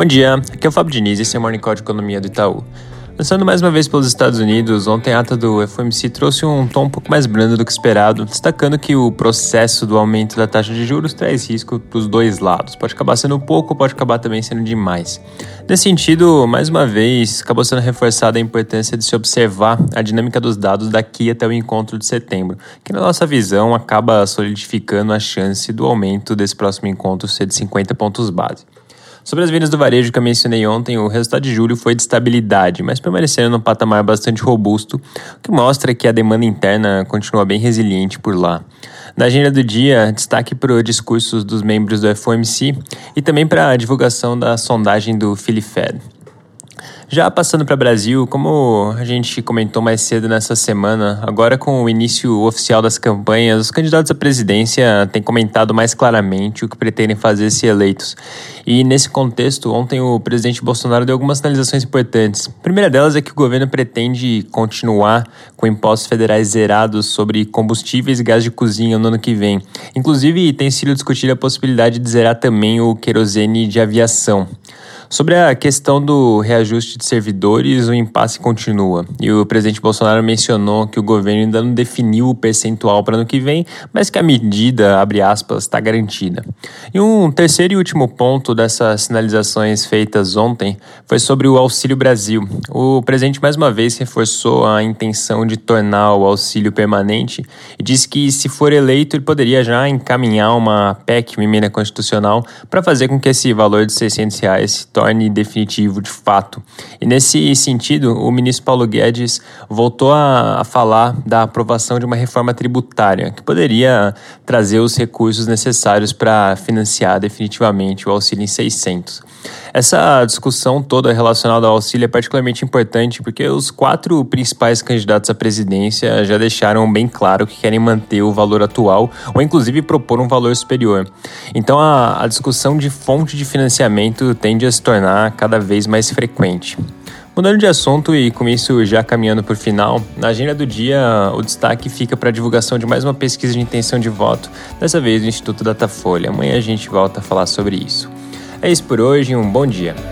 Bom dia, aqui é o Fábio Diniz e esse é o Morning Call de Economia do Itaú. Lançando mais uma vez pelos Estados Unidos, ontem a ata do FOMC trouxe um tom um pouco mais brando do que esperado, destacando que o processo do aumento da taxa de juros traz risco para os dois lados. Pode acabar sendo pouco, pode acabar também sendo demais. Nesse sentido, mais uma vez, acabou sendo reforçada a importância de se observar a dinâmica dos dados daqui até o encontro de setembro, que na nossa visão acaba solidificando a chance do aumento desse próximo encontro ser de 50 pontos base. Sobre as vendas do varejo que eu mencionei ontem, o resultado de julho foi de estabilidade, mas permanecendo num patamar bastante robusto, o que mostra que a demanda interna continua bem resiliente por lá. Na agenda do dia, destaque para os discursos dos membros do FOMC e também para a divulgação da sondagem do Philly Fed. Já passando para o Brasil, como a gente comentou mais cedo nessa semana, agora com o início oficial das campanhas, os candidatos à presidência têm comentado mais claramente o que pretendem fazer se eleitos. E nesse contexto, ontem o presidente Bolsonaro deu algumas sinalizações importantes. A primeira delas é que o governo pretende continuar com impostos federais zerados sobre combustíveis e gás de cozinha no ano que vem. Inclusive, tem sido discutida a possibilidade de zerar também o querosene de aviação. Sobre a questão do reajuste de servidores, o impasse continua. E o presidente Bolsonaro mencionou que o governo ainda não definiu o percentual para o ano que vem, mas que a medida, abre aspas, está garantida. E um terceiro e último ponto dessas sinalizações feitas ontem foi sobre o Auxílio Brasil. O presidente mais uma vez reforçou a intenção de tornar o auxílio permanente e disse que, se for eleito, ele poderia já encaminhar uma PEC, uma emenda constitucional, para fazer com que esse valor de R$600 se torne definitivo de fato. E nesse sentido, o ministro Paulo Guedes voltou a falar da aprovação de uma reforma tributária que poderia trazer os recursos necessários para financiar definitivamente o auxílio em 600. Essa discussão toda relacionada ao auxílio é particularmente importante porque os 4 principais candidatos à presidência já deixaram bem claro que querem manter o valor atual ou inclusive propor um valor superior. Então a discussão de fonte de financiamento tende a se tornar cada vez mais frequente. Mudando de assunto e com isso já caminhando por final, na agenda do dia o destaque fica para a divulgação de mais uma pesquisa de intenção de voto, dessa vez do Instituto Datafolha. Amanhã a gente volta a falar sobre isso. É isso por hoje, um bom dia.